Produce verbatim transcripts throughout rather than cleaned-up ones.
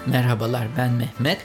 Merhabalar, ben Mehmet.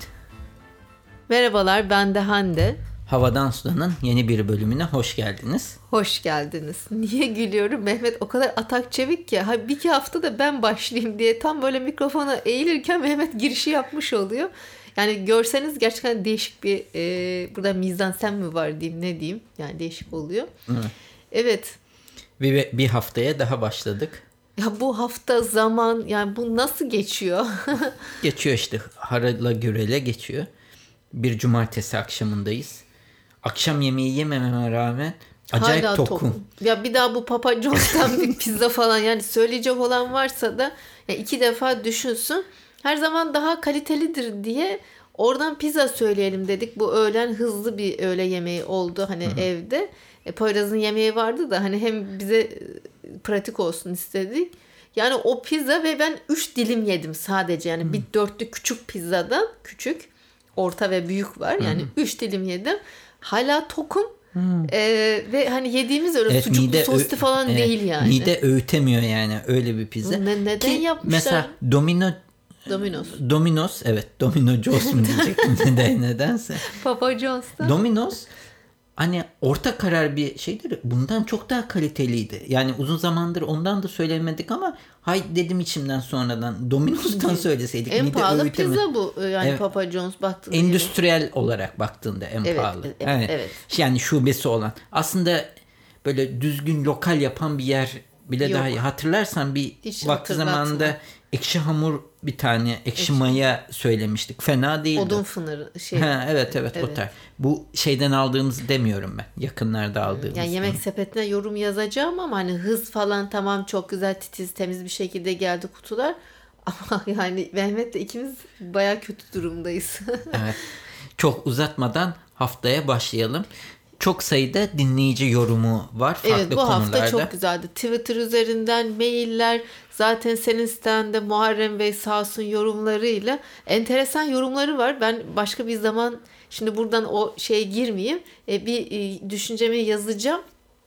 Merhabalar, ben de Hande. Havadan Sudan'ın yeni bir bölümüne hoş geldiniz. Hoş geldiniz. Niye gülüyorum? Mehmet o kadar atak çevik ki. Ha, bir iki hafta da ben başlayayım diye tam böyle mikrofona eğilirken Mehmet girişi yapmış oluyor. Yani görseniz gerçekten değişik bir e, burada mizansen mi var diyeyim ne diyeyim. Yani değişik oluyor. Evet. Evet. Bir, bir haftaya daha başladık. Ya bu hafta zaman yani bu nasıl geçiyor? Geçiyor işte, harala gürele geçiyor. Bir cumartesi akşamındayız. Akşam yemeği yemememe rağmen acayip Hala tokum. tokum. Ya bir daha bu Papa John's'tan bir pizza falan yani söyleyecek olan varsa da ya iki defa düşünsün. Her zaman daha kalitelidir diye oradan pizza söyleyelim dedik. Bu öğlen hızlı bir öğle yemeği oldu hani Hı-hı. evde. E, Poyraz'ın yemeği vardı da hani hem bize pratik olsun istedik. Yani o pizza ve ben üç dilim yedim sadece. Yani Hı-hı. bir dörtlü küçük pizzadan küçük, orta ve büyük var. Yani üç dilim yedim. Hala tokum. Hmm. Ee, ve hani yediğimiz öyle evet, sucuklu soslu falan evet, değil yani. Mide öğütemiyor yani öyle bir pizza. Ne, neden Ki yapmışlar? Mesela Domino Domino's. Domino's evet Domino Jones mu diyecektim neden, nedense. Papa John's'ta. Domino's hani orta karar bir şeydir. Bundan çok daha kaliteliydi. Yani uzun zamandır ondan da söylemedik ama hay dedim içimden sonradan. Domino's'tan söyleseydik. En pahalı öğütemi. Pizza bu. Yani evet. Papa John's baktığında. Endüstriyel gibi. Olarak baktığında en evet, pahalı. Evet, yani, evet. Yani şubesi olan. Aslında böyle düzgün lokal yapan bir yer bile Yok. daha iyi. Hatırlarsan bir Hiç vakti zamanında ekşi hamur bir tane ekşi, ekşi maya söylemiştik. Fena değildi. Odun fınarı şey. Ha, evet evet evet. O tarz. Bu şeyden aldığımız demiyorum ben. Yakınlarda aldığımız. Yani yemek sepetine yorum yazacağım ama hani hız falan tamam çok güzel titiz temiz bir şekilde geldi kutular. Ama yani Mehmet'le ikimiz baya kötü durumdayız. Evet. Çok uzatmadan haftaya başlayalım. Çok sayıda dinleyici yorumu var farklı evet, bu konularda. hafta çok güzeldi. Twitter üzerinden mailler, zaten senin sitende Muharrem Bey sağ olsun yorumlarıyla enteresan yorumları var. Ben başka bir zaman şimdi buradan o şeye girmeyeyim. E, bir e, düşüncemi yazacağım.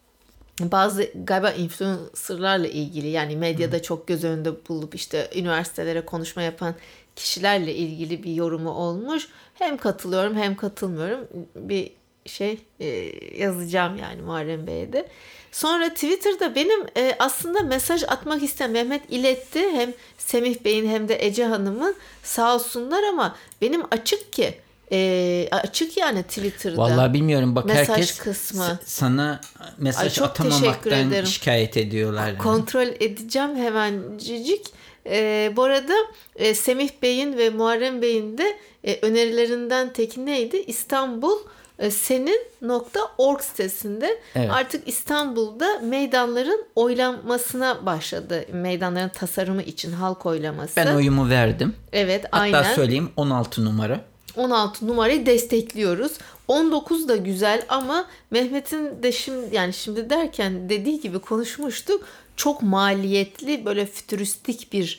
Bazı galiba influencerlarla ilgili yani medyada hmm. çok göz önünde bulup işte üniversitelere konuşma yapan kişilerle ilgili bir yorumu olmuş. Hem katılıyorum hem katılmıyorum. Bir şey e, yazacağım yani Muharrem Bey'e de. Sonra Twitter'da benim e, aslında mesaj atmak isteyen Mehmet iletti. Hem Semih Bey'in hem de Ece Hanım'ın sağ olsunlar ama benim açık ki e, açık yani Twitter'da. Vallahi bilmiyorum bak mesaj herkes kısmı. sana mesaj Ay, atamamaktan şikayet ediyorlar. Yani. Kontrol edeceğim hemencik. E, bu arada e, Semih Bey'in ve Muharrem Bey'in de e, önerilerinden teki neydi? İstanbul senin nokta org sitesinde evet. Artık İstanbul'da meydanların oylanmasına başladı. Meydanların tasarımı için halk oylaması. Ben oyumu verdim. Evet, Hatta aynen. Hatta söyleyeyim on altı numara. on altı numarayı destekliyoruz. on dokuz da güzel ama Mehmet'in de şimdi yani şimdi derken dediği gibi konuşmuştuk. Çok maliyetli böyle fütüristik bir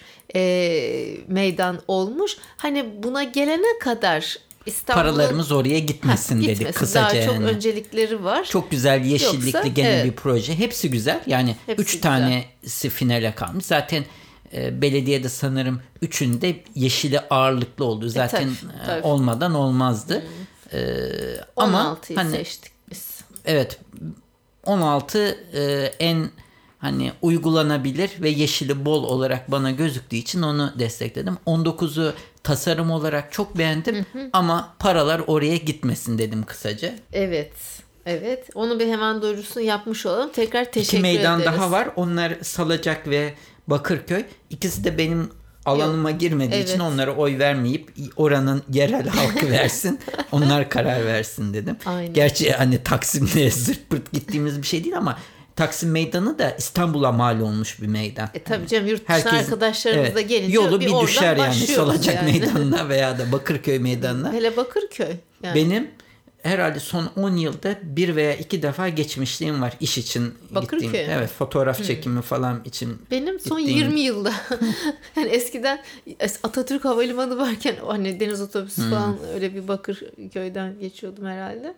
e, meydan olmuş. Hani buna gelene kadar paralarımız oraya gitmesin ha, dedik kısaca. Daha yani. çok öncelikleri var. Çok güzel yeşillikli Yoksa, gene evet. bir proje. Hepsi güzel. Yani Hepsi üç güzel. tanesi finale kalmış. Zaten e, belediyede sanırım üçünde yeşili ağırlıklı oldu. Zaten e, tabii, tabii. olmadan olmazdı. Hmm. E, ama on altıyı hani, seçtik biz. Evet. on altı e, en hani uygulanabilir ve yeşili bol olarak bana gözüktüğü için onu destekledim. on dokuzu tasarım olarak çok beğendim hı hı. ama paralar oraya gitmesin dedim kısaca. Evet. Evet. Onu bir hemen duyurusunu yapmış olalım. Tekrar teşekkür ederiz. İki meydan ederiz. Daha var. Onlar Salacak ve Bakırköy. İkisi de benim alanıma Yok. girmediği evet. için onlara oy vermeyip oranın yerel halkı versin. Onlar karar versin dedim. Aynen. Gerçi hani Taksim'de zırt pırt gittiğimiz bir şey değil ama Taksim Meydanı da İstanbul'a mal olmuş bir meydan. E tabii canım yurt dışına Herkes, arkadaşlarımız evet, da gelince yolu bir, bir düşer yani Salacak yani. Meydanı'na veya da Bakırköy Meydanı'na. Hele Bakırköy. Yani. Benim herhalde son on yılda bir veya iki defa geçmişliğim var iş için Bakırköy. gittiğim. Evet, fotoğraf hmm. çekimi falan için. Benim son gittiğim. yirmi yılda. Yani eskiden Atatürk Havalimanı varken hani deniz otobüsü hmm. falan öyle bir Bakırköy'den geçiyordum herhalde.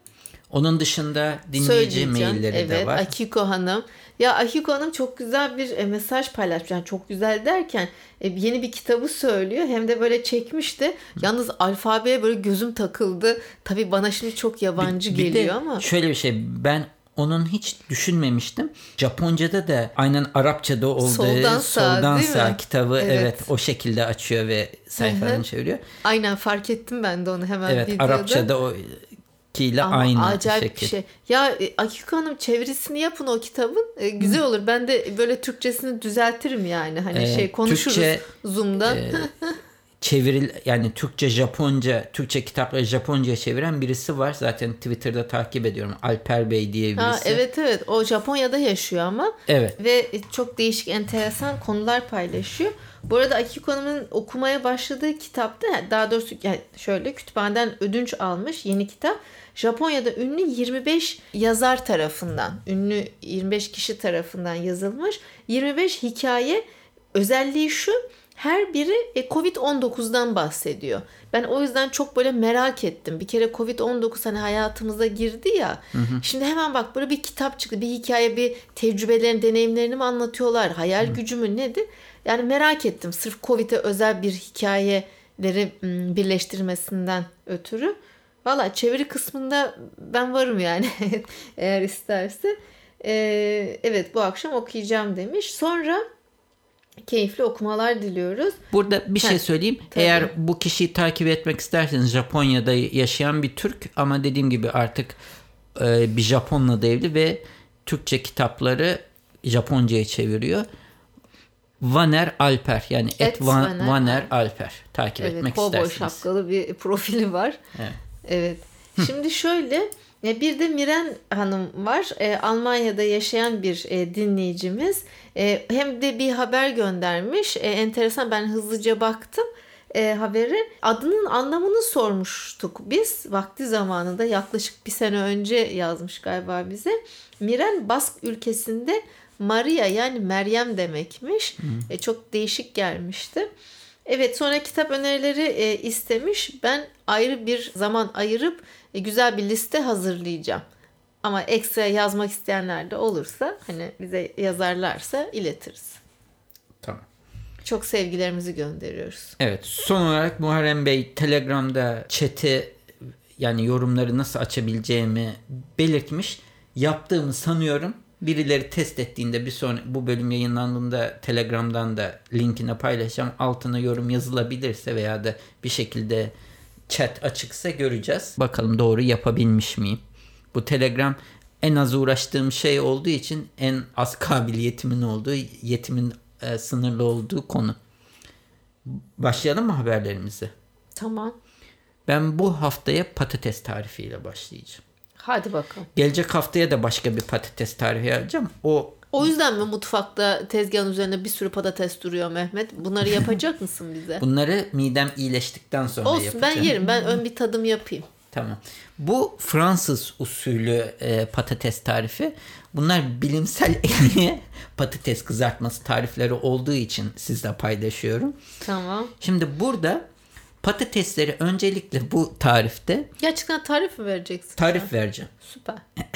Onun dışında dinleyici mailleri evet, de var. Akiko Hanım. Ya Akiko Hanım çok güzel bir e, mesaj paylaşmış. Yani çok güzel derken e, yeni bir kitabı söylüyor. Hem de böyle çekmişti. Yalnız alfabeye böyle gözüm takıldı. Tabii bana şimdi çok yabancı bir, bir geliyor de ama. Şöyle bir şey, ben onun hiç düşünmemiştim. Japonca'da da aynen Arapça'da olduğu Soldan Sağ, Soldan Sağ kitabı evet. evet o şekilde açıyor ve sayfalarını çeviriyor. Aynen, fark ettim ben de onu hemen evet, videoda. Arapça'da o ile ama aynı acayip şekil. Bir şey. Ya Akiko Hanım çevirisini yapın o kitabın. E, güzel olur. Ben de böyle Türkçesini düzeltirim yani. Hani ee, şey konuşuruz Türkçe, Zoom'da. E, çeviril yani Türkçe Japonca, Türkçe kitapları Japonca'ya çeviren birisi var. Zaten Twitter'da takip ediyorum. Alper Bey diye birisi. Ha, evet evet. O Japonya'da yaşıyor ama. Evet. Ve çok değişik, enteresan konular paylaşıyor. Bu arada Akiko Hanım'ın okumaya başladığı kitapta, daha doğrusu yani şöyle kütüphaneden ödünç almış yeni kitap. Japonya'da ünlü yirmi beş yazar tarafından, ünlü yirmi beş kişi tarafından yazılmış yirmi beş hikaye. Özelliği şu: her biri kovid on dokuzdan bahsediyor. Ben o yüzden çok böyle merak ettim. Bir kere kovid on dokuz hani hayatımıza girdi ya. Hı hı. Şimdi hemen bak, böyle bir kitap çıktı. Bir hikaye, bir tecrübelerini, deneyimlerini mi anlatıyorlar? Hayal hı. gücü mü nedir? Yani merak ettim. Sırf Covid'e özel bir hikayeleri birleştirmesinden ötürü. Valla çeviri kısmında ben varım yani eğer isterse. Ee, evet, bu akşam okuyacağım demiş. Sonra keyifli okumalar diliyoruz. Burada bir şey söyleyeyim. Tabii. Eğer bu kişiyi takip etmek isterseniz, Japonya'da yaşayan bir Türk ama dediğim gibi artık e, bir Japonla da evli ve Türkçe kitapları Japonca'ya çeviriyor. Vaner Alper, yani et, et Van, Vaner, Vaner Alper takip evet, etmek isterseniz. Evet, kovboy şapkalı bir profili var. Evet. Evet. Şimdi şöyle, bir de Miren Hanım var. E, Almanya'da yaşayan bir e, dinleyicimiz. E, hem de bir haber göndermiş. E, enteresan, ben hızlıca baktım e, haberi. Adının anlamını sormuştuk biz. Vakti zamanında, yaklaşık bir sene önce yazmış galiba bize. Miren Bask ülkesinde Maria, yani Meryem demekmiş. E, çok değişik gelmişti. Evet, sonra kitap önerileri e, istemiş. Ben ayrı bir zaman ayırıp e, güzel bir liste hazırlayacağım. Ama ekstra yazmak isteyenler de olursa, hani bize yazarlarsa iletiriz. Tamam. Çok sevgilerimizi gönderiyoruz. Evet, son olarak Muharrem Bey Telegram'da chat'i, yani yorumları nasıl açabileceğimi belirtmiş. Yaptığımı sanıyorum. Birileri test ettiğinde, bir sonra bu bölüm yayınlandığında Telegram'dan da linkine paylaşacağım. Altına yorum yazılabilirse veya da bir şekilde chat açıksa göreceğiz. Bakalım doğru yapabilmiş miyim? Bu Telegram en az uğraştığım şey olduğu için en az kabiliyetimin olduğu, yetimin e, sınırlı olduğu konu. Başlayalım mı haberlerimize? Tamam. Ben bu haftaya patates tarifiyle başlayacağım. Hadi bakalım. Gelecek haftaya da başka bir patates tarifi yapacağım. O O yüzden mi mutfakta tezgahın üzerinde bir sürü patates duruyor Mehmet? Bunları yapacak mısın bize? Bunları midem iyileştikten sonra Olsun, yapacağım. ben yerim. Ben ön bir tadım yapayım. Tamam. Bu Fransız usulü e, patates tarifi. Bunlar bilimsel patates kızartması tarifleri olduğu için sizle paylaşıyorum. Tamam. Şimdi burada patatesleri öncelikle bu tarifte... Gerçekten tarif mi vereceksin? Tarif sen? vereceğim. Süper.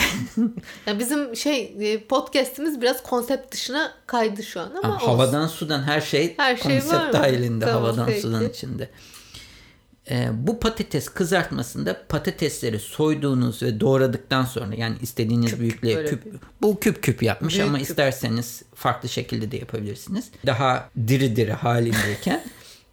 Yani bizim şey podcast'imiz biraz konsept dışına kaydı şu an ama ha, havadan sudan her şey, her şey konsept dahilinde. Tamam, havadan peki. Sudan içinde. Ee, bu patates kızartmasında patatesleri soyduğunuz ve doğradıktan sonra, yani istediğiniz küp, büyüklüğe küp, büyük. Bu küp küp yapmış büyük ama küp. İsterseniz farklı şekilde de yapabilirsiniz. Daha diri diri halindeyken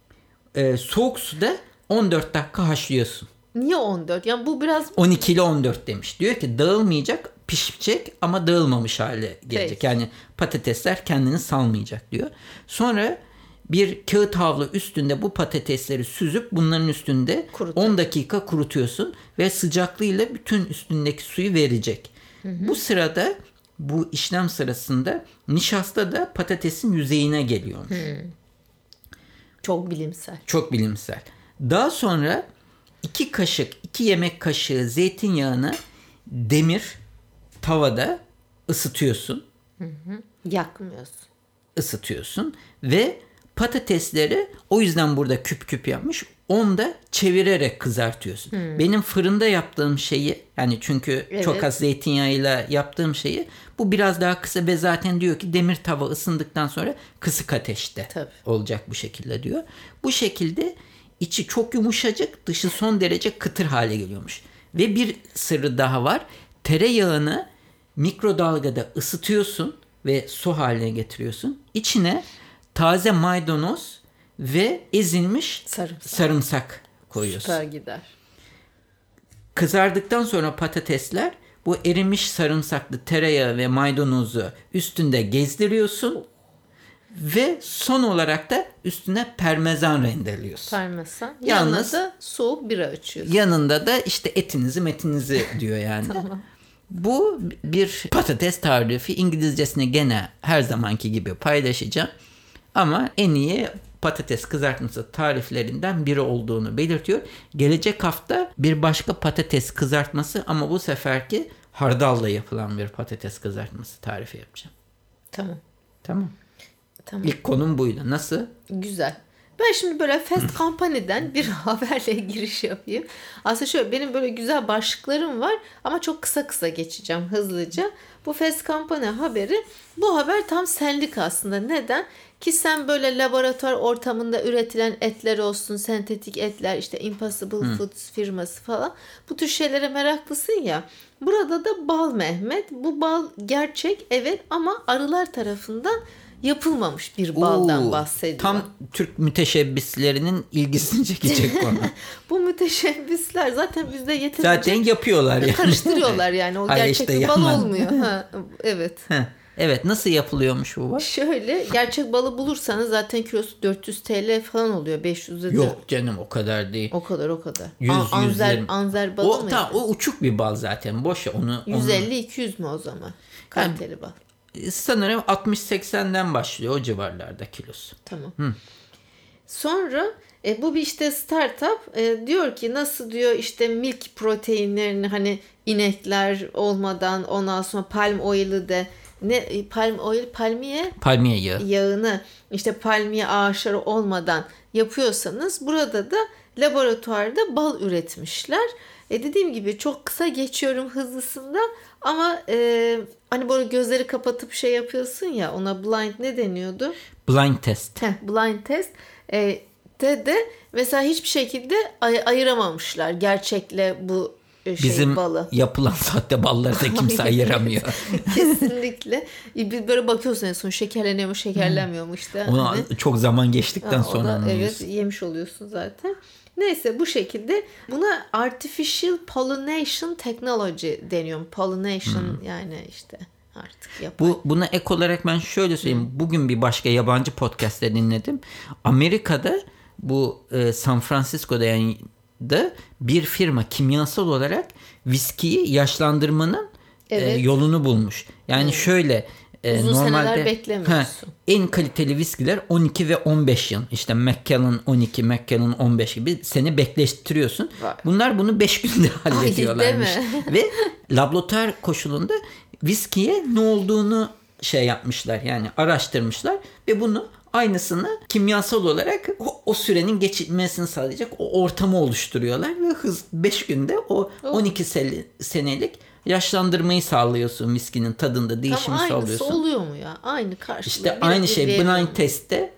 e, soğuk suda on dört dakika haşlıyorsun. Niye on dört? Yani bu biraz... on iki ile on dört demiş. Diyor ki dağılmayacak, pişecek ama dağılmamış hale gelecek. Peki. Yani patatesler kendini salmayacak diyor. Sonra bir kağıt havlu üstünde bu patatesleri süzüp bunların üstünde Kurutun. on dakika kurutuyorsun ve sıcaklığıyla bütün üstündeki suyu verecek. Hı hı. Bu sırada, bu işlem sırasında nişasta da patatesin yüzeyine geliyormuş. Hı. Çok bilimsel. Çok bilimsel. Daha sonra iki kaşık, iki yemek kaşığı zeytinyağını demir tavada ısıtıyorsun. Hı hı. Yakmıyorsun. Isıtıyorsun ve Patatesleri o yüzden burada küp küp yapmış. Onu da çevirerek kızartıyorsun. Hmm. Benim fırında yaptığım şeyi, yani çünkü evet. çok az zeytinyağıyla yaptığım şeyi, bu biraz daha kısa ve zaten diyor ki demir tava ısındıktan sonra kısık ateşte Tabii. olacak bu şekilde diyor. Bu şekilde içi çok yumuşacık, dışı son derece kıtır hale geliyormuş. Ve bir sırrı daha var. Tereyağını mikrodalgada ısıtıyorsun ve su haline getiriyorsun. İçine taze maydanoz ve ezilmiş sarımsak, sarımsak koyuyorsun. Süper gider. Kızardıktan sonra patatesler, bu erimiş sarımsaklı tereyağı ve maydanozu üstünde gezdiriyorsun ve son olarak da üstüne parmesan rendeliyorsun. Parmesan. Yalnız da soğuk bira açıyorsun. Yanında da işte etinizi metinizi diyor yani. Tamam. Bu bir patates tarifi. İngilizcesini gene her zamanki gibi paylaşacağım. Ama en iyi patates kızartması tariflerinden biri olduğunu belirtiyor. Gelecek hafta bir başka patates kızartması ama bu seferki hardalla yapılan bir patates kızartması tarifi yapacağım. Tamam. Tamam. Tamam. İlk konum buydu. Nasıl? Güzel. Ben şimdi böyle Fast Company'den bir haberle giriş yapayım. Aslında şöyle, benim böyle güzel başlıklarım var ama çok kısa kısa geçeceğim hızlıca. Bu Fast Company haberi, bu haber tam senlik aslında. Neden? Ki sen böyle laboratuvar ortamında üretilen etler olsun, sentetik etler, işte Impossible hmm. Foods firması falan, bu tür şeylere meraklısın ya. Burada da bal Mehmet. Bu bal gerçek evet ama arılar tarafından yapılmamış bir baldan Oo, bahsediyor. Tam Türk müteşebbislerinin ilgisini çekecek konu. Bu müteşebbisler zaten bizde yeterince zaten yapıyorlar yani. Karıştırıyorlar yani. O gerçek işte bir bal yapmam. olmuyor. Ha, evet. Evet, nasıl yapılıyormuş bu bal? Şöyle, gerçek balı bulursanız zaten kilosu dört yüz TL falan oluyor. beş yüz lira. Yok canım, o kadar değil. O kadar o kadar. yüz, An- anzer, anzer balı o, mı? Ta, o uçuk bir bal zaten. Boş onu. yüz elli iki yüz mü o zaman? Kaliteli yani, bal. Sanırım altmış seksenden başlıyor o civarlarda kilosu. Tamam. Hı. Sonra e, bu bir işte startup e, diyor ki nasıl diyor işte milk proteinlerini, hani inekler olmadan, ondan sonra palm oil'i de ne palm oil palmiye palmiye yağı. yağını işte palmiye ağaçları olmadan yapıyorsanız, burada da laboratuvarda bal üretmişler. E dediğim gibi çok kısa geçiyorum hızlısında ama e, hani böyle gözleri kapatıp şey yapıyorsun ya, ona blind ne deniyordu? Blind test. Heh, blind test. E, de de mesela hiçbir şekilde ay- ayıramamışlar gerçekle bu şey Bizim balı. Yapılan sahte balları da kimse ayıramıyor. Kesinlikle. Böyle bakıyorsun en son şekerleniyor mu şekerlenmiyor mu işte. Ona hani. Çok zaman geçtikten ha, sonra da, anlıyorsun. Evet, yemiş oluyorsun zaten. Neyse, bu şekilde buna artificial pollination technology deniyor. Pollination hmm. yani işte artık yapay. Bu, buna ek olarak ben şöyle söyleyeyim. Hmm. Bugün bir başka yabancı podcast'te dinledim. Amerika'da bu e, San Francisco'da yani da bir firma kimyasal olarak viskiyi yaşlandırmanın evet. e, yolunu bulmuş. Yani evet. şöyle e, uzun normalde seneler beklemiyorsun. Ha, en kaliteli viskiler on iki ve on beş yıl. İşte Macallan on iki, Macallan on beş gibi seni bekleştiriyorsun. Var. Bunlar bunu beş günde hallediyorlarmış. Ay, ve laboratuvar koşulunda viskiye ne olduğunu şey yapmışlar, yani araştırmışlar ve bunu aynısını kimyasal olarak o, o sürenin geçilmesini sağlayacak o ortamı oluşturuyorlar ve hız beş günde o on iki senelik yaşlandırmayı sağlıyorsun, viskinin tadında değişimi Tam sağlıyorsun. Aynısı oluyor mu ya? Aynı karşılığı. İşte aynı şey blind testte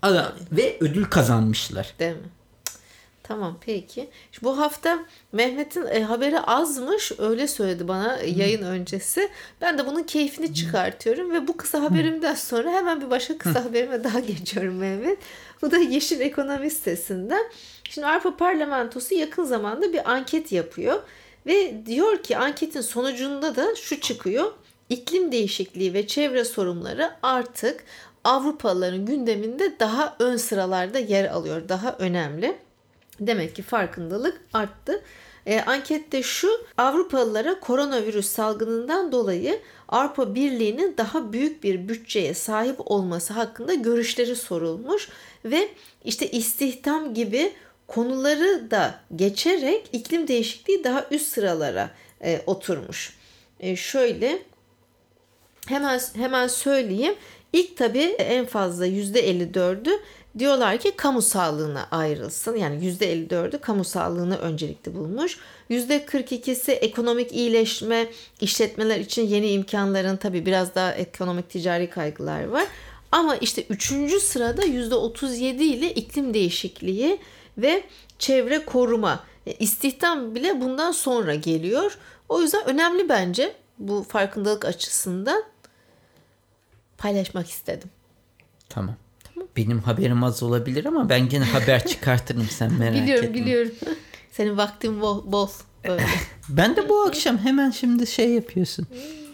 ve ödül kazanmışlar. Değil mi? Tamam, peki. Şimdi bu hafta Mehmet'in e, haberi azmış, öyle söyledi bana hmm. yayın öncesi. Ben de bunun keyfini çıkartıyorum ve bu kısa haberimden sonra hemen bir başka kısa hmm. haberime daha geçiyorum Mehmet. Bu da Yeşil Ekonomi sitesinden. Şimdi Avrupa Parlamentosu yakın zamanda bir anket yapıyor ve diyor ki anketin sonucunda da şu çıkıyor: İklim değişikliği ve çevre sorunları artık Avrupalıların gündeminde daha ön sıralarda yer alıyor, daha önemli. Demek ki farkındalık arttı. E, ankette şu: Avrupalılara koronavirüs salgınından dolayı Avrupa Birliği'nin daha büyük bir bütçeye sahip olması hakkında görüşleri sorulmuş ve işte istihdam gibi konuları da geçerek iklim değişikliği daha üst sıralara e, oturmuş. E, şöyle hemen hemen söyleyeyim. İlk tabii en fazla yüzde elli dördü Diyorlar ki kamu sağlığına ayrılsın. Yani yüzde elli dördü kamu sağlığını öncelikli bulmuş. yüzde kırk ikisi ekonomik iyileşme, işletmeler için yeni imkanların, tabii biraz daha ekonomik ticari kaygılar var. Ama işte üçüncü sırada yüzde otuz yedi ile iklim değişikliği ve çevre koruma. İstihdam bile bundan sonra geliyor. O yüzden önemli bence, bu farkındalık açısından paylaşmak istedim. Tamam. Tamam. Benim haberim az olabilir ama ben gene haber çıkartırım, sen merak biliyorum, etme. Biliyorum biliyorum. Senin vaktin bol. bol öyle. Ben de bu akşam hemen şimdi şey yapıyorsun.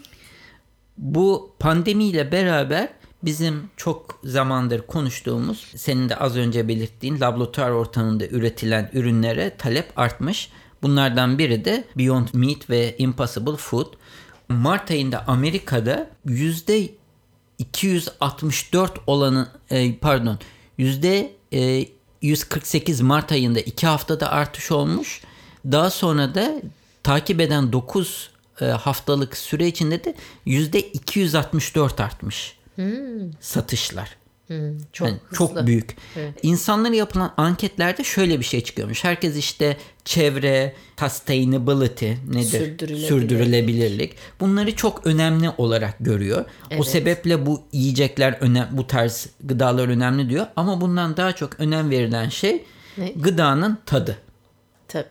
Bu pandemiyle beraber bizim çok zamandır konuştuğumuz, senin de az önce belirttiğin laboratuvar ortamında üretilen ürünlere talep artmış. Bunlardan biri de Beyond Meat ve Impossible Food. Mart ayında Amerika'da yüzde iki yüz altmış dört olanı pardon yüzde yüz kırk sekiz Mart ayında iki haftada artış olmuş. Daha sonra da takip eden dokuz haftalık süre içinde de yüzde iki yüz altmış dört artmış hmm. satışlar. Hmm, çok yani çok büyük. Evet. İnsanlara yapılan anketlerde şöyle bir şey çıkıyormuş. Herkes işte çevre, sustainability nedir? Sürdürülebilirlik. Sürdürülebilirlik. Bunları çok önemli olarak görüyor. Evet. O sebeple bu yiyecekler önem, bu tarz gıdalar önemli diyor. Ama bundan daha çok önem verilen şey ne? Gıdanın tadı. Tabii.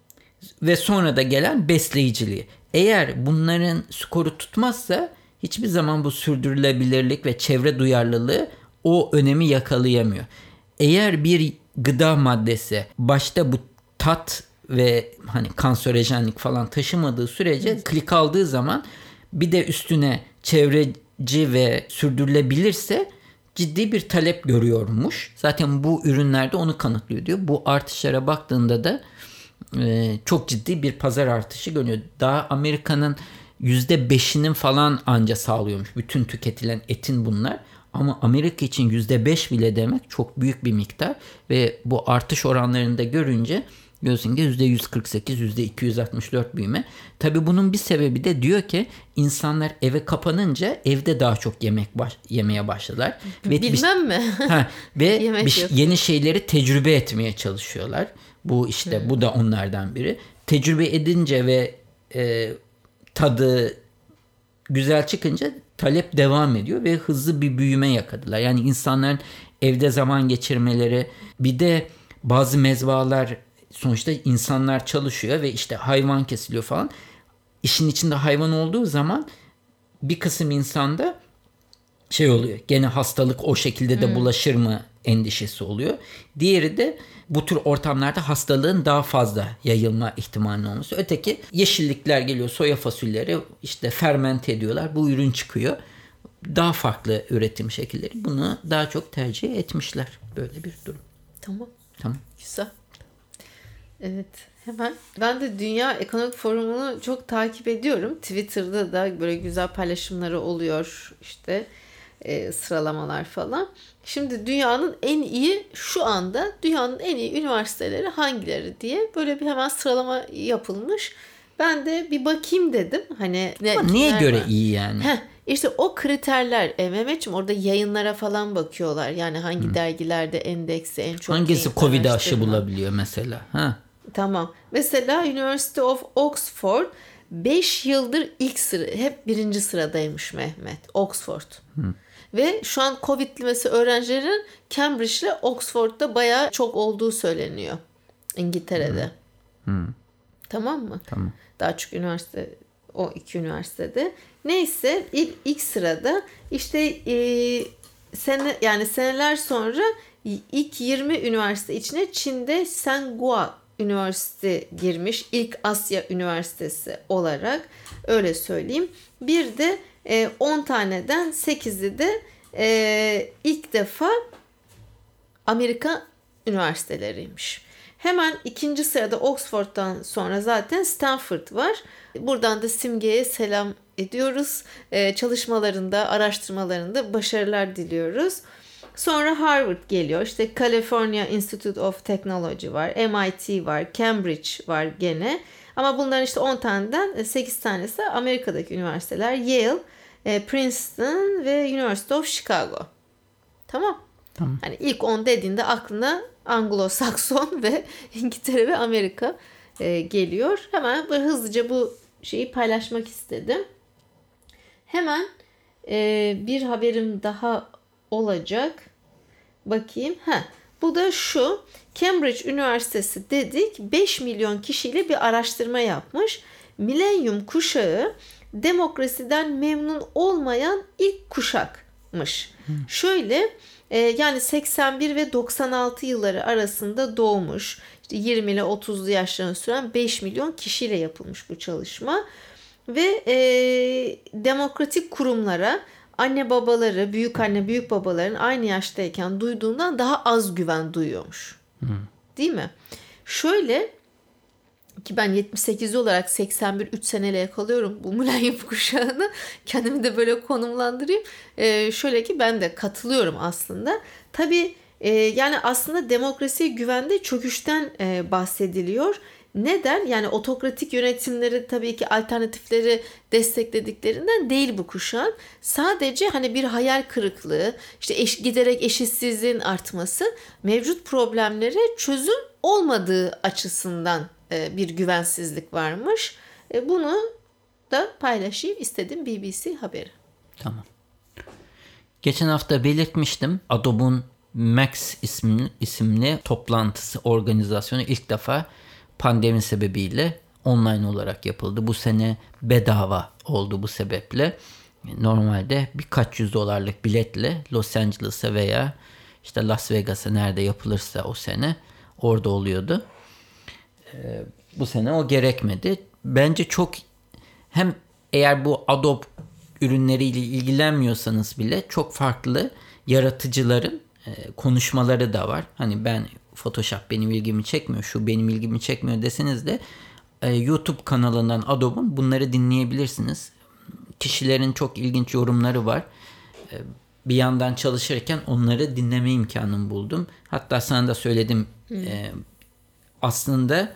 Ve sonra da gelen besleyiciliği. Eğer bunların skoru tutmazsa hiçbir zaman bu sürdürülebilirlik ve çevre duyarlılığı o önemi yakalayamıyor. Eğer bir gıda maddesi başta bu tat ve hani kanserojenlik falan taşımadığı sürece evet. klik aldığı zaman bir de üstüne çevreci ve sürdürülebilirse ciddi bir talep görüyormuş. Zaten bu ürünlerde onu kanıtlıyor diyor. Bu artışlara baktığında da e, çok ciddi bir pazar artışı görünüyor. Daha Amerika'nın yüzde beşinin falan anca sağlıyormuş bütün tüketilen etin bunlar. Ama Amerika için yüzde beş bile demek çok büyük bir miktar ve bu artış oranlarını da görünce diyorsun ki yüzde yüz kırk sekiz, yüzde iki yüz altmış dört büyüme. Tabii bunun bir sebebi de diyor ki insanlar eve kapanınca evde daha çok yemek baş, yemeye başladılar. Ve Bilmem bir, mi? ha, ve bir, yeni şeyleri tecrübe etmeye çalışıyorlar. Bu işte hmm. bu da onlardan biri. Tecrübe edince ve e, tadı güzel çıkınca talep devam ediyor ve hızlı bir büyüme yakaladılar. Yani insanların evde zaman geçirmeleri, bir de bazı mezbahalar, sonuçta insanlar çalışıyor ve işte hayvan kesiliyor falan. İşin içinde hayvan olduğu zaman bir kısım insanda şey oluyor. Gene hastalık o şekilde de hmm. bulaşır mı endişesi oluyor. Diğeri de bu tür ortamlarda hastalığın daha fazla yayılma ihtimalinin olması. Öteki yeşillikler geliyor, soya fasulyeleri işte fermente ediyorlar. Bu ürün çıkıyor. Daha farklı üretim şekilleri. Bunu daha çok tercih etmişler. Böyle bir durum. Tamam. Tamam. Güzel. Evet. Hemen. Ben de Dünya Ekonomik Forumu'nu çok takip ediyorum. Twitter'da da böyle güzel paylaşımları oluyor. İşte e, sıralamalar falan. Şimdi dünyanın en iyi şu anda dünyanın en iyi üniversiteleri hangileri diye böyle bir hemen sıralama yapılmış. Ben de bir bakayım dedim. Hani ne, niye göre var? iyi yani? Heh, işte o kriterler e, Mehmetciğim, orada yayınlara falan bakıyorlar. Yani hangi hmm. dergilerde endeksi en çok hangisi Covid'e aşı bulabiliyor mesela? Ha. Tamam. Mesela University of Oxford beş yıldır ilk sıra, hep birinci sıradaymış Mehmet. Oxford. Hmm. Ve şu an Covid'li mesela öğrencilerin Cambridge ile Oxford'da bayağı çok olduğu söyleniyor. İngiltere'de. Hmm. Hmm. Tamam mı? Tamam. Daha çok üniversite, o iki üniversitede. Neyse ilk, ilk sırada işte e, sene yani seneler sonra ilk yirmi üniversite içine Çin'de Tsinghua Üniversite girmiş. İlk Asya Üniversitesi olarak, öyle söyleyeyim. Bir de on taneden sekizi de e, ilk defa Amerika üniversiteleriymiş. Hemen ikinci sırada Oxford'dan sonra zaten Stanford var. Buradan da Simge'ye selam ediyoruz. E, çalışmalarında, araştırmalarında başarılar diliyoruz. Sonra Harvard geliyor. İşte California Institute of Technology var. M I T var. Cambridge var gene. Ama bunların işte on taneden sekiz tanesi Amerika'daki üniversiteler. Yale, Princeton ve University of Chicago. Tamam. Tamam. Hani ilk on dediğinde aklına Anglo-Sakson ve İngiltere ve Amerika e, geliyor. Hemen böyle hızlıca bu şeyi paylaşmak istedim. Hemen e, bir haberim daha olacak. Bakayım. Ha, bu da şu. Cambridge Üniversitesi dedik beş milyon kişiyle bir araştırma yapmış. Milenyum kuşağı demokrasiden memnun olmayan ilk kuşakmış. Hmm. Şöyle e, yani seksen bir ve doksan altı yılları arasında doğmuş. İşte yirmi ile otuzlu yaşlarını süren beş milyon kişiyle yapılmış bu çalışma. Ve e, demokratik kurumlara anne babaları, büyük anne büyük babaların aynı yaştayken duyduğundan daha az güven duyuyormuş. Hmm. Değil mi? Şöyle ki ben yetmiş sekizli olarak seksen bir üç seneyle yakalıyorum bu milenyum kuşağını. Kendimi de böyle konumlandırayım. Ee, şöyle ki ben de katılıyorum aslında. Tabii e, yani aslında demokrasiye güvende çöküşten e, bahsediliyor. Neden? Yani otokratik yönetimleri tabii ki alternatifleri desteklediklerinden değil bu kuşağın. Sadece hani bir hayal kırıklığı, işte eş, giderek eşitsizliğin artması, mevcut problemlere çözüm olmadığı açısından e, bir güvensizlik varmış. E, bunu da paylaşayım istedim B B C haberi. Tamam. Geçen hafta belirtmiştim. Adobe'un Max isimli, isimli toplantısı, organizasyonu ilk defa pandemi sebebiyle online olarak yapıldı. Bu sene bedava oldu bu sebeple. Normalde birkaç yüz dolarlık biletle Los Angeles'a veya işte Las Vegas'a nerede yapılırsa o sene orada oluyordu. Ee, bu sene o gerekmedi. Bence çok hem eğer bu Adobe ürünleriyle ilgilenmiyorsanız bile çok farklı yaratıcıların e, konuşmaları da var. Hani ben Photoshop benim ilgimi çekmiyor, şu benim ilgimi çekmiyor deseniz de e, YouTube kanalından Adobe'un bunları dinleyebilirsiniz. Kişilerin çok ilginç yorumları var. E, bir yandan çalışırken onları dinleme imkanım buldum. Hatta sana da söyledim. Hmm. E, aslında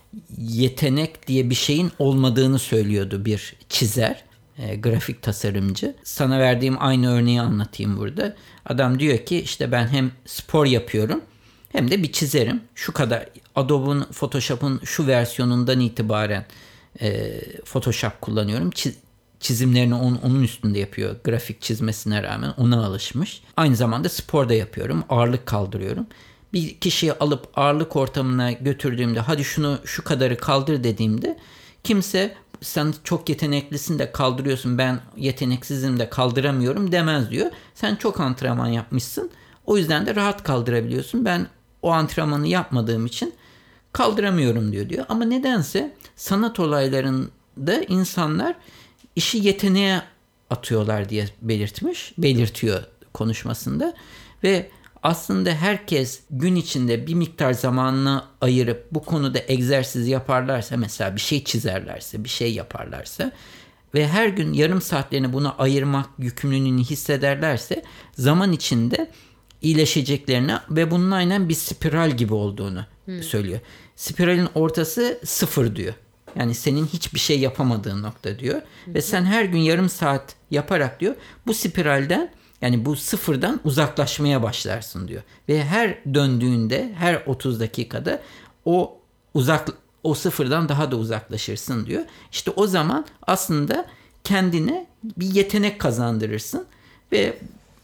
yetenek diye bir şeyin olmadığını söylüyordu bir çizer, e, grafik tasarımcı. Sana verdiğim aynı örneği anlatayım burada. Adam diyor ki işte ben hem spor yapıyorum hem de bir çizerim. Şu kadar Adobe'un Photoshop'un şu versiyonundan itibaren e, Photoshop kullanıyorum. Çiz, çizimlerini on, onun üstünde yapıyor. Grafik çizmesine rağmen ona alışmış. Aynı zamanda spor da yapıyorum. Ağırlık kaldırıyorum. Bir kişiyi alıp ağırlık ortamına götürdüğümde hadi şunu şu kadarı kaldır dediğimde kimse sen çok yeteneklisin de kaldırıyorsun, ben yeteneksizim de kaldıramıyorum demez diyor. Sen çok antrenman yapmışsın. O yüzden de rahat kaldırabiliyorsun. Ben o antrenmanı yapmadığım için kaldıramıyorum diyor diyor. Ama nedense sanat olaylarında insanlar işi yeteneğe atıyorlar diye belirtmiş. Belirtiyor konuşmasında. Ve aslında herkes gün içinde bir miktar zamanını ayırıp bu konuda egzersiz yaparlarsa, mesela bir şey çizerlerse, bir şey yaparlarsa ve her gün yarım saatlerini buna ayırmak yükümlülüğünü hissederlerse zaman içinde iyileşeceklerini ve bunun aynen bir spiral gibi olduğunu hmm. söylüyor. Spiralin ortası sıfır diyor. Yani senin hiçbir şey yapamadığın nokta diyor. Hmm. Ve sen her gün yarım saat yaparak diyor bu spiralden, yani bu sıfırdan uzaklaşmaya başlarsın diyor. Ve her döndüğünde, her otuz dakikada o uzak o sıfırdan daha da uzaklaşırsın diyor. İşte o zaman aslında kendine bir yetenek kazandırırsın ve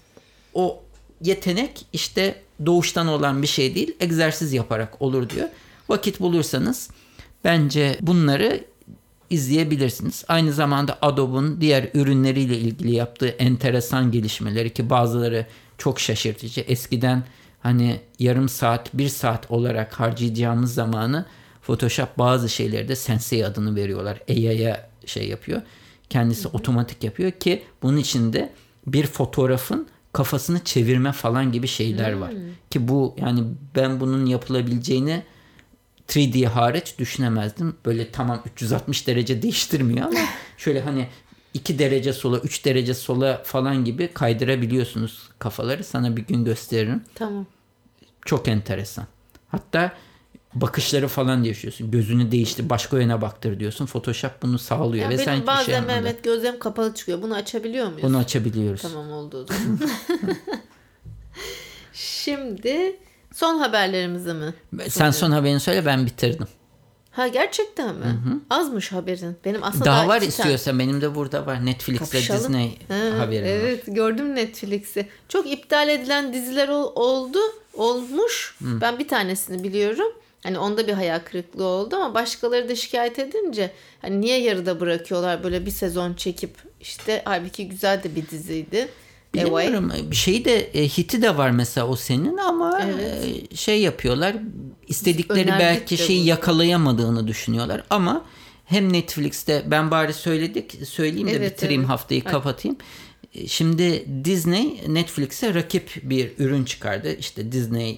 o yetenek işte doğuştan olan bir şey değil, egzersiz yaparak olur diyor. Vakit bulursanız bence bunları izleyebilirsiniz. Aynı zamanda Adobe'un diğer ürünleriyle ilgili yaptığı enteresan gelişmeleri, ki bazıları çok şaşırtıcı. Eskiden hani yarım saat, bir saat olarak harcayacağımız zamanı Photoshop bazı şeyleri de Sensei adını veriyorlar. A I'ya şey yapıyor. Kendisi Hı-hı. otomatik yapıyor ki bunun içinde bir fotoğrafın kafasını çevirme falan gibi şeyler var. Hmm. Ki bu, yani ben bunun yapılabileceğini üç D hariç düşünemezdim. Böyle tamam üç yüz altmış derece değiştirmiyor ama şöyle hani iki derece sola, üç derece sola falan gibi kaydırabiliyorsunuz kafaları. Sana bir gün gösteririm. Tamam. Çok enteresan. Hatta bakışları falan değişiyorsun. Gözünü değiştir, başka yöne baktır diyorsun. Photoshop bunu sağlıyor. Ya ve benim bazen şey Mehmet gözlerim kapalı çıkıyor. Bunu açabiliyor muyuz? Bunu açabiliyoruz. Tamam, oldu o zaman. Şimdi son haberlerimizi mi? Sen son haberini söyle, ben bitirdim. Ha gerçekten mi? Hı hı. Azmış haberin. Benim aslında daha, daha var istiyorsan benim de burada var. Netflix'le Disney ha, haberim evet, var. Evet gördüm Netflix'i. Çok iptal edilen diziler ol, oldu. Olmuş. Hı. Ben bir tanesini biliyorum. Hani onda bir hayal kırıklığı oldu ama başkaları da şikayet edince hani niye yarıda bırakıyorlar böyle bir sezon çekip işte halbuki güzel de bir diziydi. Bilmiyorum. Bir şey de e, hiti de var mesela o senin ama evet. e, şey yapıyorlar. İstedikleri belki şeyi yakalayamadığını düşünüyorlar ama hem Netflix'te ben bari söyledik söyleyeyim de evet, bitireyim evet. haftayı evet. kapatayım. Şimdi Disney Netflix'e rakip bir ürün çıkardı. İşte Disney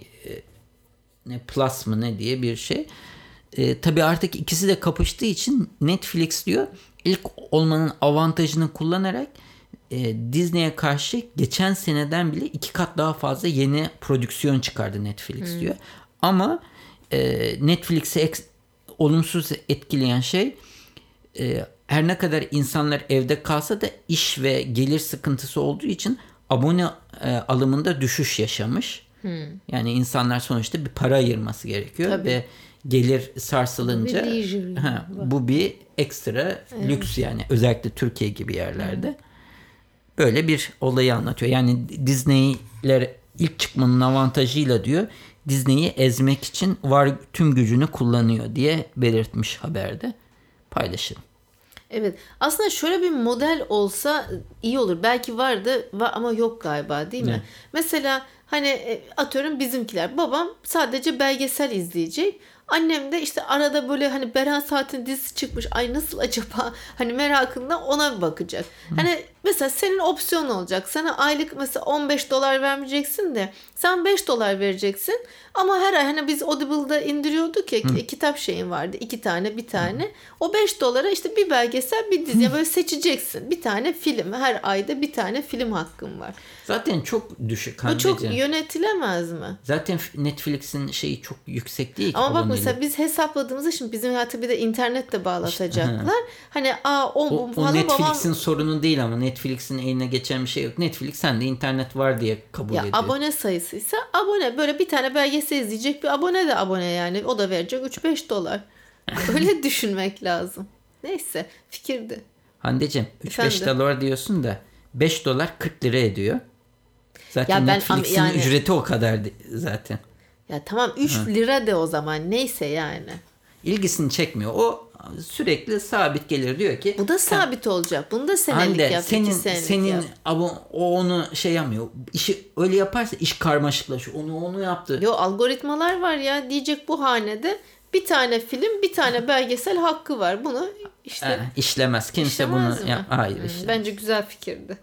ne Plus mı ne diye bir şey. E, tabii artık ikisi de kapıştığı için Netflix diyor ilk olmanın avantajını kullanarak e, Disney'e karşı geçen seneden bile iki kat daha fazla yeni prodüksiyon çıkardı Netflix hmm. diyor. Ama e, Netflix'i eks- olumsuz etkileyen şey e, her ne kadar insanlar evde kalsa da iş ve gelir sıkıntısı olduğu için abone e, alımında düşüş yaşamış. Hmm. Yani insanlar sonuçta bir para ayırması gerekiyor. Tabii. Ve gelir sarsılınca bir ha, bu bir ekstra evet. lüks yani özellikle Türkiye gibi yerlerde. Hmm. Böyle bir olayı anlatıyor. Yani Disney'ler ilk çıkmanın avantajıyla diyor Disney'i ezmek için var tüm gücünü kullanıyor diye belirtmiş haberde. Paylaşırım. Evet. Aslında şöyle bir model olsa iyi olur. Belki vardı ama yok galiba değil mi? Ne? Mesela hani atıyorum bizimkiler. Babam sadece belgesel izleyecek. Annem de işte arada böyle hani Beren Saat'in dizisi çıkmış. Ay nasıl acaba? Hani merakından ona bakacak. Hı. Hani mesela senin opsiyon olacak. Sana aylık mesela on beş dolar vermeyeceksin de sen beş dolar vereceksin. Ama her ay hani biz Audible'da indiriyorduk ya Hı. kitap şeyin vardı. iki tane bir tane. Hı. O beş dolara işte bir belgesel bir dizi. Böyle seçeceksin. Bir tane film. Her ayda bir tane film hakkın var. Zaten çok düşük. Bu çok yönetilemez mi? Zaten Netflix'in şeyi çok yüksek değil. Ama bak mesela biz hesapladığımızda şimdi bizim hayatı bir de internetle bağlatacaklar. İşte, hani aa o, o, o Netflix'in babam... sorunu değil ama Netflix'in eline geçen bir şey yok. Netflix sende internet var diye kabul ya ediyor. Abone sayısıysa abone. Böyle bir tane belgesel izleyecek bir abone de abone yani. O da verecek üç beş dolar. Öyle düşünmek lazım. Neyse fikirdi. Hande'cim üç beş dolar diyorsun da beş dolar kırk lira ediyor. Zaten ya ben, Netflix'in yani, ücreti o kadar zaten. Ya tamam üç lira de o zaman neyse yani. İlgisini çekmiyor. O sürekli sabit gelir diyor ki. Bu da sabit sen, olacak. Bunu da senelik Hande, yap. Senin, senelik senin yap. Abo, o onu şey yapmıyor. İşi öyle yaparsa iş karmaşıklaşıyor. Onu onu yaptı. Yo algoritmalar var ya diyecek bu hanede bir tane film, bir tane belgesel hakkı var. Bunu işte ee, işlemez. Kimse bunu yap. Hayır hmm, işlemez. Bence güzel fikirdi.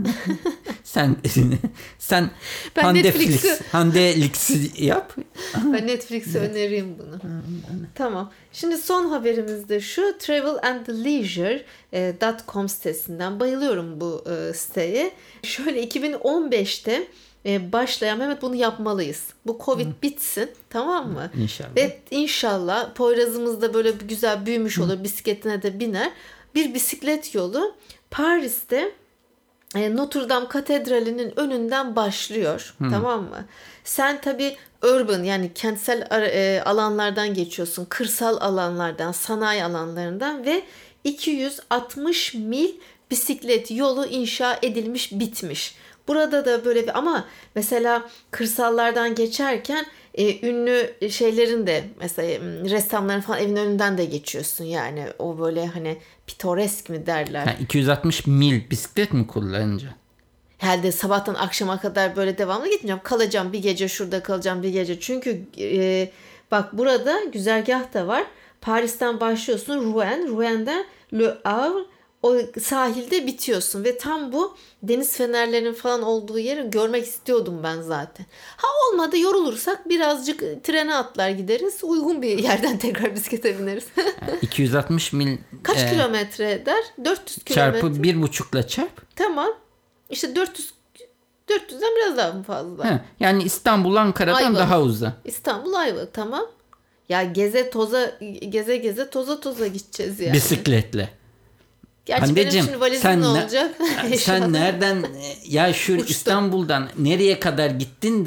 sen sen ben Handeflix, Handelix'i yap. Ben Netflix'e önereyim bunu. Tamam. Şimdi son haberimiz de şu. travel and leisure dot com sitesinden. Bayılıyorum bu e, siteye. Şöyle iki bin on beşte Ee, başlayan Mehmet bunu yapmalıyız. Bu Covid Hı. bitsin tamam mı? İnşallah. Ve inşallah Poyraz'ımız da böyle güzel büyümüş olur. Hı. Bisikletine de biner. Bir bisiklet yolu Paris'te e, Notre Dame Katedrali'nin önünden başlıyor. Hı. Tamam mı? Sen tabii urban yani kentsel e, alanlardan geçiyorsun. Kırsal alanlardan, sanayi alanlarından ve iki yüz altmış mil bisiklet yolu inşa edilmiş, bitmiş. Burada da böyle bir ama mesela kırsallardan geçerken e, ünlü şeylerin de mesela ressamların falan evin önünden de geçiyorsun yani o böyle hani pitoresk mi derler. Yani iki yüz altmış mil bisiklet mi kullanınca? Herhalde sabahtan akşama kadar böyle devamlı gitmeyeceğim. Kalacağım bir gece şurada kalacağım bir gece. Çünkü e, bak burada güzergah da var. Paris'ten başlıyorsun Rouen, Rouen'den Le Havre o sahilde bitiyorsun ve tam bu deniz fenerlerinin falan olduğu yeri görmek istiyordum ben zaten. Ha olmadı yorulursak birazcık trene atlar gideriz. Uygun bir yerden tekrar bisiklete bineriz. Yani iki yüz altmış mil. Kaç e, kilometre eder? dört yüz kilometre. Çarpı bir buçukla çarp. Tamam. İşte dört yüz dört yüzden biraz daha fazla. He, yani İstanbul Ankara'dan Ayvalık. Daha uzun. İstanbul Ayvalık tamam. Ya geze toza geze geze toza toza gideceğiz yani. Bisikletle. Gerçi Handecim, benim için valizim sen ne olacak? Sen nereden ya şu Uçtum. İstanbul'dan nereye kadar gittin de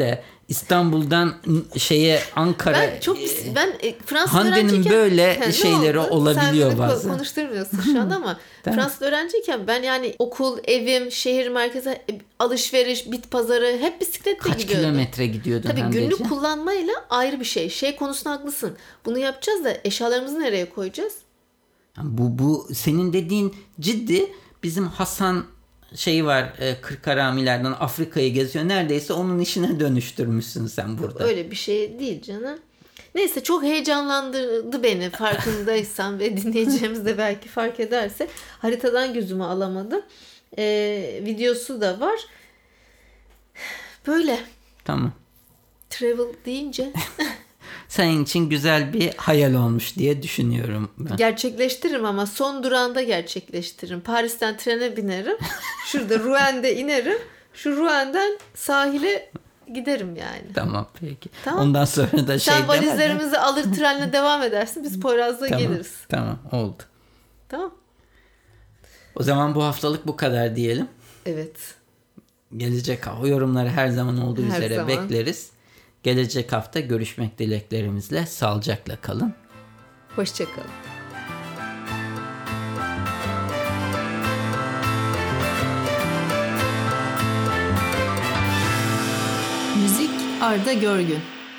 İstanbul'dan şeye Ankara. Ben çok ben e, Fransız Hande'nin öğrenciyken böyle he, şeyleri oldu? olabiliyor Sen bazen. Konuşturmuyorsun şu an ama Fransız öğrenciyken ben yani okul, evim, şehir merkezi, alışveriş, bit pazarı hep bisikletle Kaç gidiyordum. Kaç kilometre gidiyordun Tabii Handeci? günlük kullanmayla ayrı bir şey. Şey konusunda haklısın. Bunu yapacağız da eşyalarımızı nereye koyacağız? Bu bu senin dediğin ciddi. Bizim Hasan şeyi var, Kırkharamilerden Afrika'yı geziyor. Neredeyse onun işine dönüştürmüşsün sen burada. Öyle bir şey değil canım. Neyse, çok heyecanlandırdı beni, farkındaysan ve dinleyicilerimiz de belki fark ederse. Haritadan gözümü alamadım. Ee, videosu da var. Böyle. Tamam. Travel deyince. Senin için güzel bir hayal olmuş diye düşünüyorum ben. Gerçekleştiririm ama son durağında gerçekleştiririm. Paris'ten trene binerim. Şurada Rouen'de inerim. Şu Rouen'den sahile giderim yani. Tamam peki. Tamam. Ondan sonra da şey Sen valizlerimizi alır trenle devam edersin. Biz Poyraz'da tamam, geliriz. Tamam oldu. Tamam. O zaman bu haftalık bu kadar diyelim. Evet. Gelecek hafta yorumları her zaman olduğu Her üzere zaman. bekleriz. Gelecek hafta görüşmek dileklerimizle. Sağlıcakla kalın. Hoşçakalın. Müzik Arda Görgün.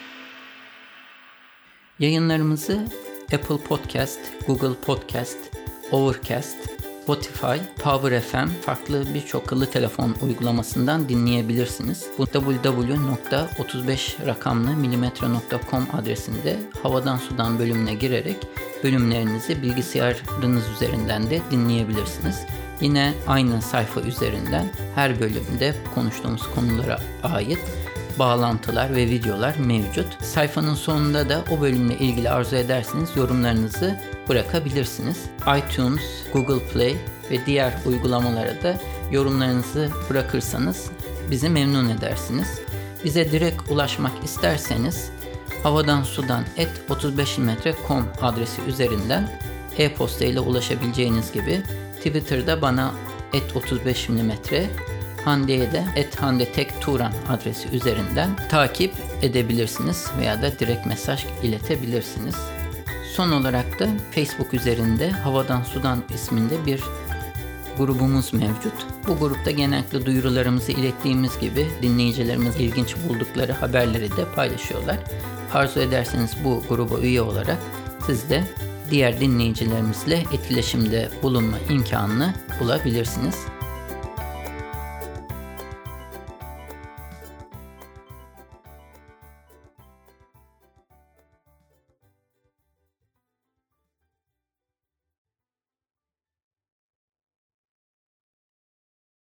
Yayınlarımızı Apple Podcast, Google Podcast, Overcast, Spotify, Power F M farklı birçok akıllı telefon uygulamasından dinleyebilirsiniz. Bu double-u double-u double-u nokta otuz beş rakamlı milimetre nokta com adresinde Havadan Sudan bölümüne girerek bölümlerinizi bilgisayarınız üzerinden de dinleyebilirsiniz. Yine aynı sayfa üzerinden her bölümde konuştuğumuz konulara ait bağlantılar ve videolar mevcut. Sayfanın sonunda da o bölümle ilgili arzu ederseniz yorumlarınızı bırakabilirsiniz. iTunes, Google Play ve diğer uygulamalara da yorumlarınızı bırakırsanız bizi memnun edersiniz. Bize direkt ulaşmak isterseniz havadan sudan et otuz beş milimetre nokta com adresi üzerinden e-posta ile ulaşabileceğiniz gibi Twitter'da bana et otuz beş milimetre, Hande'ye de et Hande Tek Turan adresi üzerinden takip edebilirsiniz veya da direkt mesaj iletebilirsiniz. Son olarak da Facebook üzerinde Havadan Sudan isminde bir grubumuz mevcut. Bu grupta genellikle duyurularımızı ilettiğimiz gibi dinleyicilerimiz ilginç buldukları haberleri de paylaşıyorlar. Arzu ederseniz bu gruba üye olarak siz de diğer dinleyicilerimizle etkileşimde bulunma imkanını bulabilirsiniz.